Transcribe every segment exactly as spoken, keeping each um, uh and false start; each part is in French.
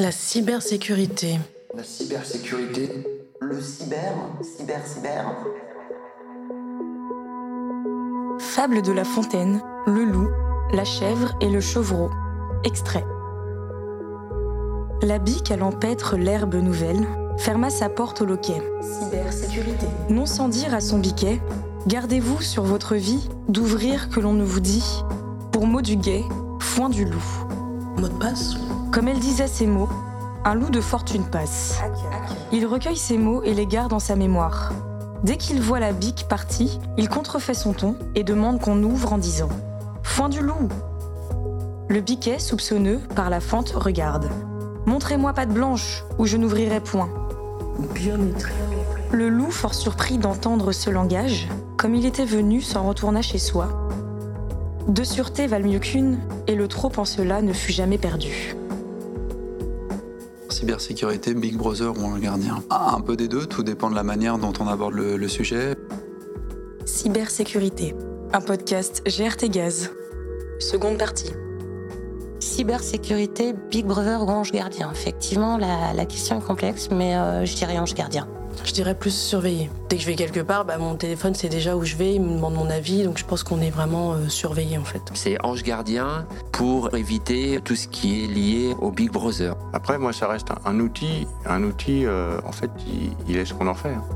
La cybersécurité. La cybersécurité. Le cyber, cyber, cyber. Fable de La Fontaine, le loup, la chèvre et le chevreau. Extrait. La bique allant paître l'herbe nouvelle ferma sa porte au loquet. Cybersécurité. Non sans dire à son biquet, gardez-vous sur votre vie d'ouvrir que l'on ne vous dit, pour mot du guet, foin du loup. Mot de passe. Comme elle disait ces mots, un loup de fortune passe. Il recueille ces mots et les garde en sa mémoire. Dès qu'il voit la bique partie, il contrefait son ton et demande qu'on ouvre en disant « Foin du loup !» Le biquet, soupçonneux, par la fente, regarde. « Montrez-moi patte blanche, ou je n'ouvrirai point. » Biométrie. Le loup, fort surpris d'entendre ce langage, comme il était venu, s'en retourna chez soi. Deux sûretés valent mieux qu'une, et le trop en cela ne fut jamais perdu. Cybersécurité, Big Brother ou Ange Gardien. Ah, un peu des deux, tout dépend de la manière dont on aborde le, le sujet. Cybersécurité, un podcast G R T Gaz. Seconde partie. Cybersécurité, Big Brother ou Ange Gardien. Effectivement, la, la question est complexe, mais euh, je dirais Ange Gardien. Je dirais plus surveillé. Dès que je vais quelque part, bah, mon téléphone c'est déjà où je vais, il me demande mon avis, donc je pense qu'on est vraiment euh, surveillé en fait. C'est Ange Gardien pour éviter tout ce qui est lié au Big Brother. Après, moi, ça reste un, un outil. Un outil, euh, en fait, il, il est ce qu'on en fait. Hein.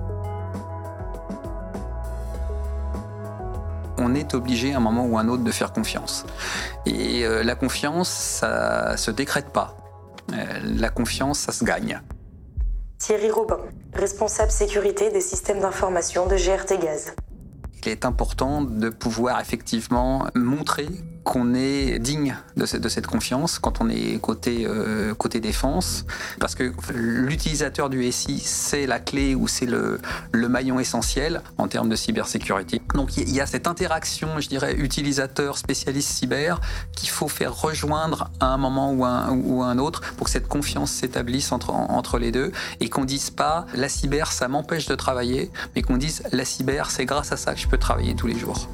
On est obligé à un moment ou à un autre de faire confiance. Et euh, la confiance, ça se décrète pas. Euh, la confiance, ça se gagne. Thierry Robin, responsable sécurité des systèmes d'information de G R T Gaz. Il est important de pouvoir effectivement montrer qu'on est digne de cette, de cette confiance quand on est côté, euh, côté défense, parce que l'utilisateur du S I, c'est la clé ou c'est le, le maillon essentiel en termes de cybersécurité. Donc il y a cette interaction, je dirais, utilisateur, spécialiste cyber, qu'il faut faire rejoindre à un moment ou un, ou un autre pour que cette confiance s'établisse entre, entre les deux et qu'on dise pas la cyber, ça m'empêche de travailler, mais qu'on dise la cyber, c'est grâce à ça que je peux travailler tous les jours.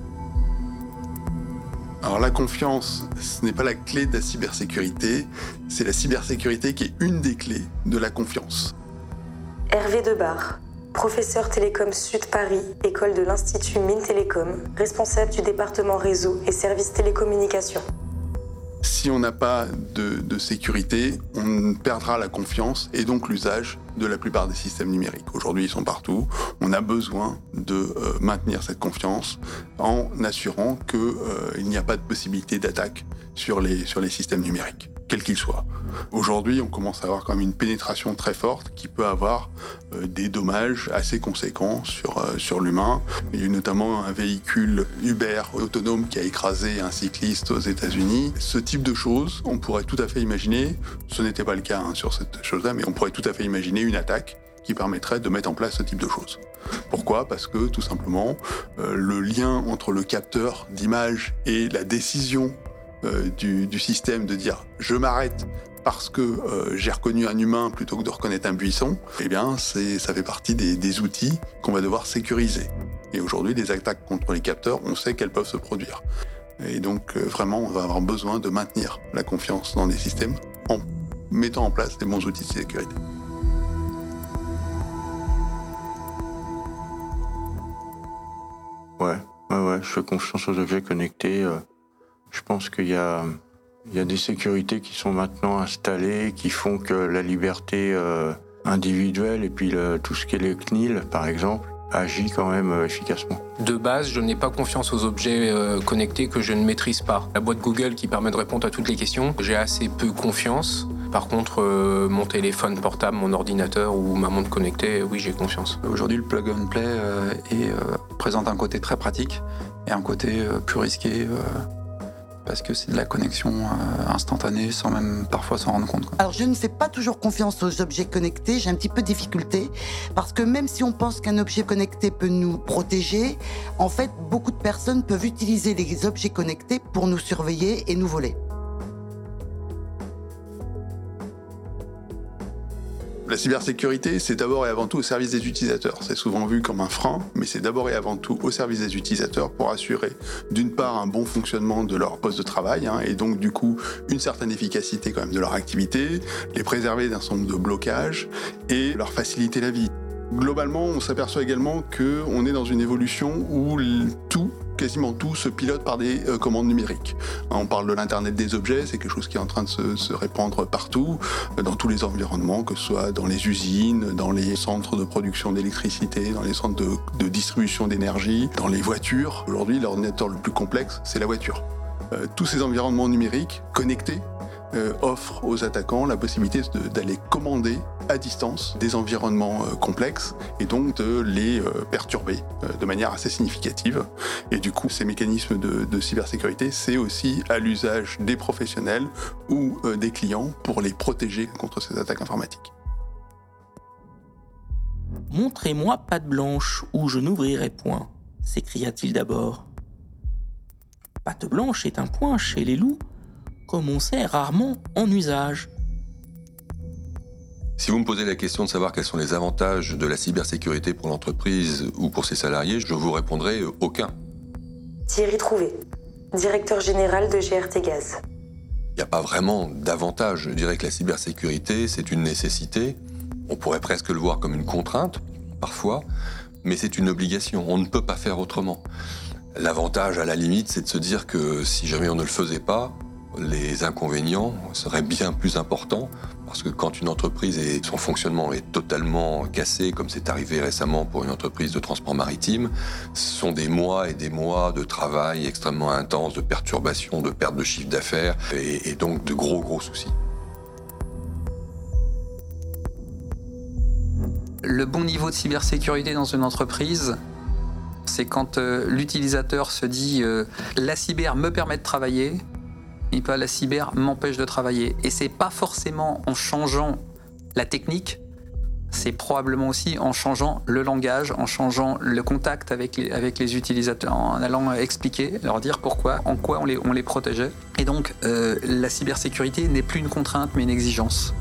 Alors la confiance, ce n'est pas la clé de la cybersécurité, c'est la cybersécurité qui est une des clés de la confiance. Hervé Debar, professeur Télécom Sud Paris, école de l'Institut Mines Télécom, responsable du département réseau et services télécommunications. Si on n'a pas de, de sécurité, on perdra la confiance et donc l'usage de la plupart des systèmes numériques. Aujourd'hui, ils sont partout. On a besoin de euh, maintenir cette confiance en assurant qu'il euh, n'y a pas de possibilité d'attaque sur les, sur les systèmes numériques, quels qu'ils soient. Aujourd'hui, on commence à avoir quand même une pénétration très forte qui peut avoir euh, des dommages assez conséquents sur, euh, sur l'humain. Il y a eu notamment un véhicule Uber autonome qui a écrasé un cycliste aux États-Unis. Ce type de choses, on pourrait tout à fait imaginer, ce n'était pas le cas hein, sur cette chose-là, mais on pourrait tout à fait imaginer une attaque qui permettrait de mettre en place ce type de choses. Pourquoi ? Parce que tout simplement, euh, le lien entre le capteur d'image et la décision euh, du, du système de dire « je m'arrête », parce que euh, j'ai reconnu un humain plutôt que de reconnaître un buisson, eh bien, c'est, ça fait partie des, des outils qu'on va devoir sécuriser. Et aujourd'hui, les attaques contre les capteurs, on sait qu'elles peuvent se produire. Et donc, euh, vraiment, on va avoir besoin de maintenir la confiance dans les systèmes en mettant en place des bons outils de sécurité. Ouais, ouais, ouais, je fais confiance aux objets connectés. Euh, je pense qu'il y a... Il y a des sécurités qui sont maintenant installées, qui font que la liberté euh, individuelle et puis le, tout ce qui est le C N I L, par exemple, agit quand même euh, efficacement. De base, je n'ai pas confiance aux objets euh, connectés que je ne maîtrise pas. La boîte Google qui permet de répondre à toutes les questions, j'ai assez peu confiance. Par contre, euh, mon téléphone portable, mon ordinateur ou ma montre connectée, oui, j'ai confiance. Aujourd'hui, le plug and play euh, est, euh, présente un côté très pratique et un côté euh, plus risqué. Euh, parce que c'est de la connexion euh, instantanée sans même parfois s'en rendre compte. Alors je ne fais pas toujours confiance aux objets connectés, j'ai un petit peu de difficulté, parce que même si on pense qu'un objet connecté peut nous protéger, en fait beaucoup de personnes peuvent utiliser les objets connectés pour nous surveiller et nous voler. La cybersécurité, c'est d'abord et avant tout au service des utilisateurs. C'est souvent vu comme un frein, mais c'est d'abord et avant tout au service des utilisateurs pour assurer, d'une part, un bon fonctionnement de leur poste de travail, hein, et donc, du coup, une certaine efficacité quand même de leur activité, les préserver d'un certain nombre de blocages et leur faciliter la vie. Globalement, on s'aperçoit également qu'on est dans une évolution où tout, quasiment tout, se pilote par des euh, commandes numériques. On parle de l'Internet des objets, c'est quelque chose qui est en train de se, se répandre partout, dans tous les environnements, que ce soit dans les usines, dans les centres de production d'électricité, dans les centres de, de distribution d'énergie, dans les voitures. Aujourd'hui, l'ordinateur le plus complexe, c'est la voiture. Euh, tous ces environnements numériques connectés Euh, offre aux attaquants la possibilité de, d'aller commander à distance des environnements euh, complexes et donc de les euh, perturber euh, de manière assez significative. Et du coup, ces mécanismes de, de cybersécurité, c'est aussi à l'usage des professionnels ou euh, des clients pour les protéger contre ces attaques informatiques. « Montrez-moi patte blanche ou je n'ouvrirai point », s'écria-t-il d'abord. Patte blanche est un point chez les loups, comme on sait rarement en usage. Si vous me posez la question de savoir quels sont les avantages de la cybersécurité pour l'entreprise ou pour ses salariés, je vous répondrai aucun. Thierry Trouvé, directeur général de G R T Gaz. Il n'y a pas vraiment d'avantage. Je dirais que la cybersécurité, c'est une nécessité. On pourrait presque le voir comme une contrainte, parfois, mais c'est une obligation. On ne peut pas faire autrement. L'avantage, à la limite, c'est de se dire que si jamais on ne le faisait pas, les inconvénients seraient bien plus importants, parce que quand une entreprise et son fonctionnement est totalement cassé, comme c'est arrivé récemment pour une entreprise de transport maritime, ce sont des mois et des mois de travail extrêmement intense, de perturbations, de perte de chiffre d'affaires, et, et donc de gros gros soucis. Le bon niveau de cybersécurité dans une entreprise, c'est quand euh, l'utilisateur se dit euh, « la cyber me permet de travailler », et pas la cyber m'empêche de travailler. Et c'est pas forcément en changeant la technique, c'est probablement aussi en changeant le langage, en changeant le contact avec les, avec les utilisateurs, en allant expliquer, leur dire pourquoi, en quoi on les, on les protégeait. Et donc, euh, la cybersécurité n'est plus une contrainte, mais une exigence.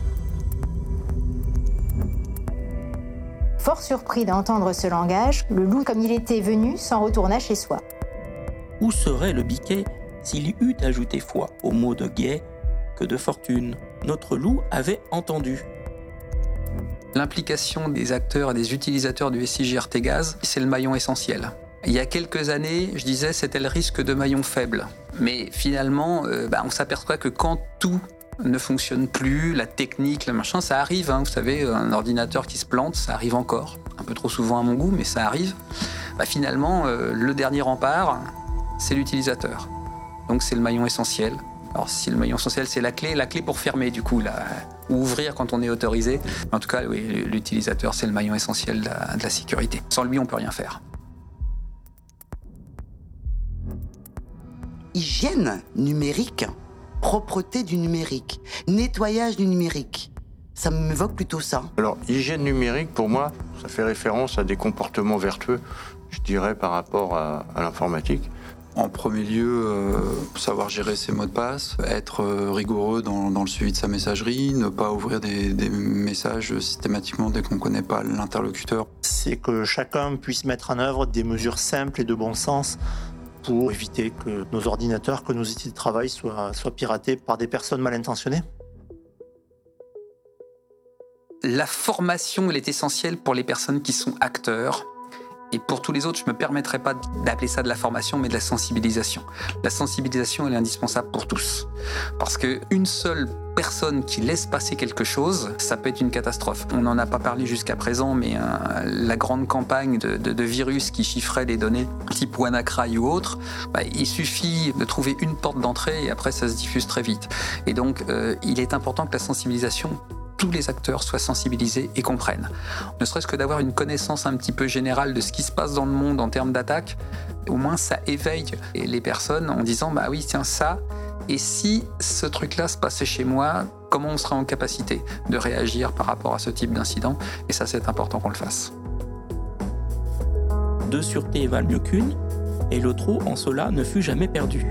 Fort surpris d'entendre ce langage, le loup, comme il était venu, s'en retourna chez soi. Où serait le biquet s'il y eût ajouté foi au mot de guet que de fortune? Notre loup avait entendu. L'implication des acteurs et des utilisateurs du S I G R T Gaz, c'est le maillon essentiel. Il y a quelques années, je disais, c'était le risque de maillon faible. Mais finalement, euh, bah, on s'aperçoit que quand tout ne fonctionne plus, la technique, le machin, ça arrive. Hein, vous savez, un ordinateur qui se plante, ça arrive encore. Un peu trop souvent à mon goût, mais ça arrive. Bah, finalement, euh, le dernier rempart, c'est l'utilisateur. Donc c'est le maillon essentiel. Alors si le maillon essentiel c'est la clé, la clé pour fermer du coup, là, ou ouvrir quand on est autorisé. En tout cas, oui, l'utilisateur c'est le maillon essentiel de la, de la sécurité. Sans lui, on peut rien faire. Hygiène numérique, propreté du numérique, nettoyage du numérique. Ça m'évoque plutôt ça. Alors, hygiène numérique, pour moi, ça fait référence à des comportements vertueux, je dirais, par rapport à, à l'informatique. En premier lieu, euh, savoir gérer ses mots de passe, être euh, rigoureux dans, dans le suivi de sa messagerie, ne pas ouvrir des, des messages systématiquement dès qu'on ne connaît pas l'interlocuteur. C'est que chacun puisse mettre en œuvre des mesures simples et de bon sens pour éviter que nos ordinateurs, que nos outils de travail soient, soient piratés par des personnes mal intentionnées. La formation, elle est essentielle pour les personnes qui sont acteurs. Et pour tous les autres, je ne me permettrai pas d'appeler ça de la formation, mais de la sensibilisation. La sensibilisation, elle est indispensable pour tous. Parce qu'une seule personne qui laisse passer quelque chose, ça peut être une catastrophe. On n'en a pas parlé jusqu'à présent, mais euh, la grande campagne de, de, de virus qui chiffrait les données, type WannaCry ou autre, bah, il suffit de trouver une porte d'entrée et après ça se diffuse très vite. Et donc, euh, il est important que la sensibilisation, tous les acteurs soient sensibilisés et comprennent. Ne serait-ce que d'avoir une connaissance un petit peu générale de ce qui se passe dans le monde en termes d'attaque, au moins ça éveille les personnes en disant « bah oui, tiens, ça, et si ce truc-là se passait chez moi, comment on serait en capacité de réagir par rapport à ce type d'incident ?» Et ça, c'est important qu'on le fasse. Deux sûretés valent mieux qu'une, et le trou en cela ne fut jamais perdu.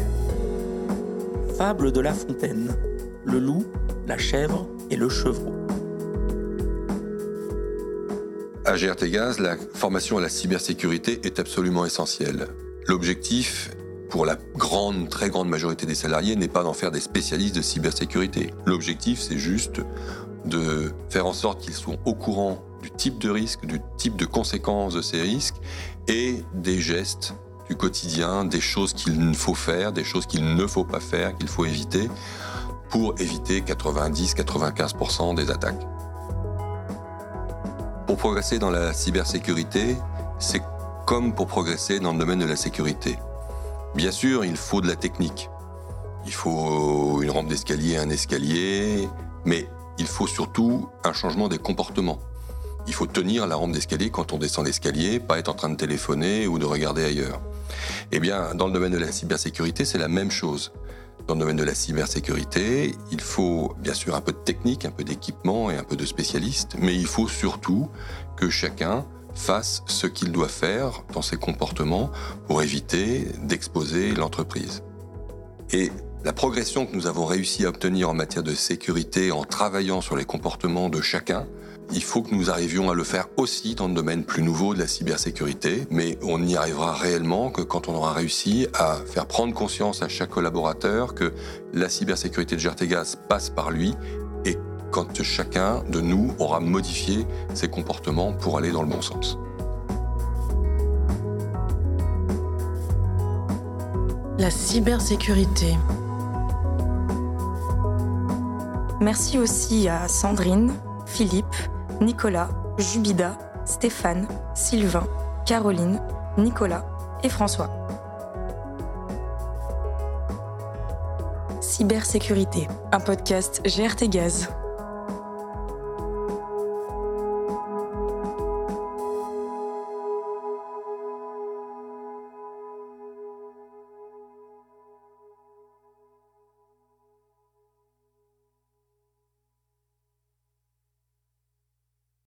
Fable de La Fontaine. Le loup, la chèvre et le chevreau. À G R T Gaz, la formation à la cybersécurité est absolument essentielle. L'objectif, pour la grande, très grande majorité des salariés, n'est pas d'en faire des spécialistes de cybersécurité. L'objectif, c'est juste de faire en sorte qu'ils soient au courant du type de risque, du type de conséquences de ces risques et des gestes du quotidien, des choses qu'il faut faire, des choses qu'il ne faut pas faire, qu'il faut éviter, pour éviter quatre-vingt-dix à quatre-vingt-quinze pour cent des attaques. Pour progresser dans la cybersécurité, c'est comme pour progresser dans le domaine de la sécurité. Bien sûr, il faut de la technique. Il faut une rampe d'escalier, un escalier, mais il faut surtout un changement des comportements. Il faut tenir la rampe d'escalier quand on descend l'escalier, pas être en train de téléphoner ou de regarder ailleurs. Eh bien, dans le domaine de la cybersécurité, c'est la même chose. Dans le domaine de la cybersécurité, il faut bien sûr un peu de technique, un peu d'équipement et un peu de spécialistes, mais il faut surtout que chacun fasse ce qu'il doit faire dans ses comportements pour éviter d'exposer l'entreprise. Et la progression que nous avons réussi à obtenir en matière de sécurité en travaillant sur les comportements de chacun, il faut que nous arrivions à le faire aussi dans le domaine plus nouveau de la cybersécurité, mais on n'y arrivera réellement que quand on aura réussi à faire prendre conscience à chaque collaborateur que la cybersécurité de G R T Gaz passe par lui et quand chacun de nous aura modifié ses comportements pour aller dans le bon sens. La cybersécurité. Merci aussi à Sandrine, Philippe, Nicolas, Jubida, Stéphane, Sylvain, Caroline, Nicolas et François. Cybersécurité, un podcast G R T Gaz.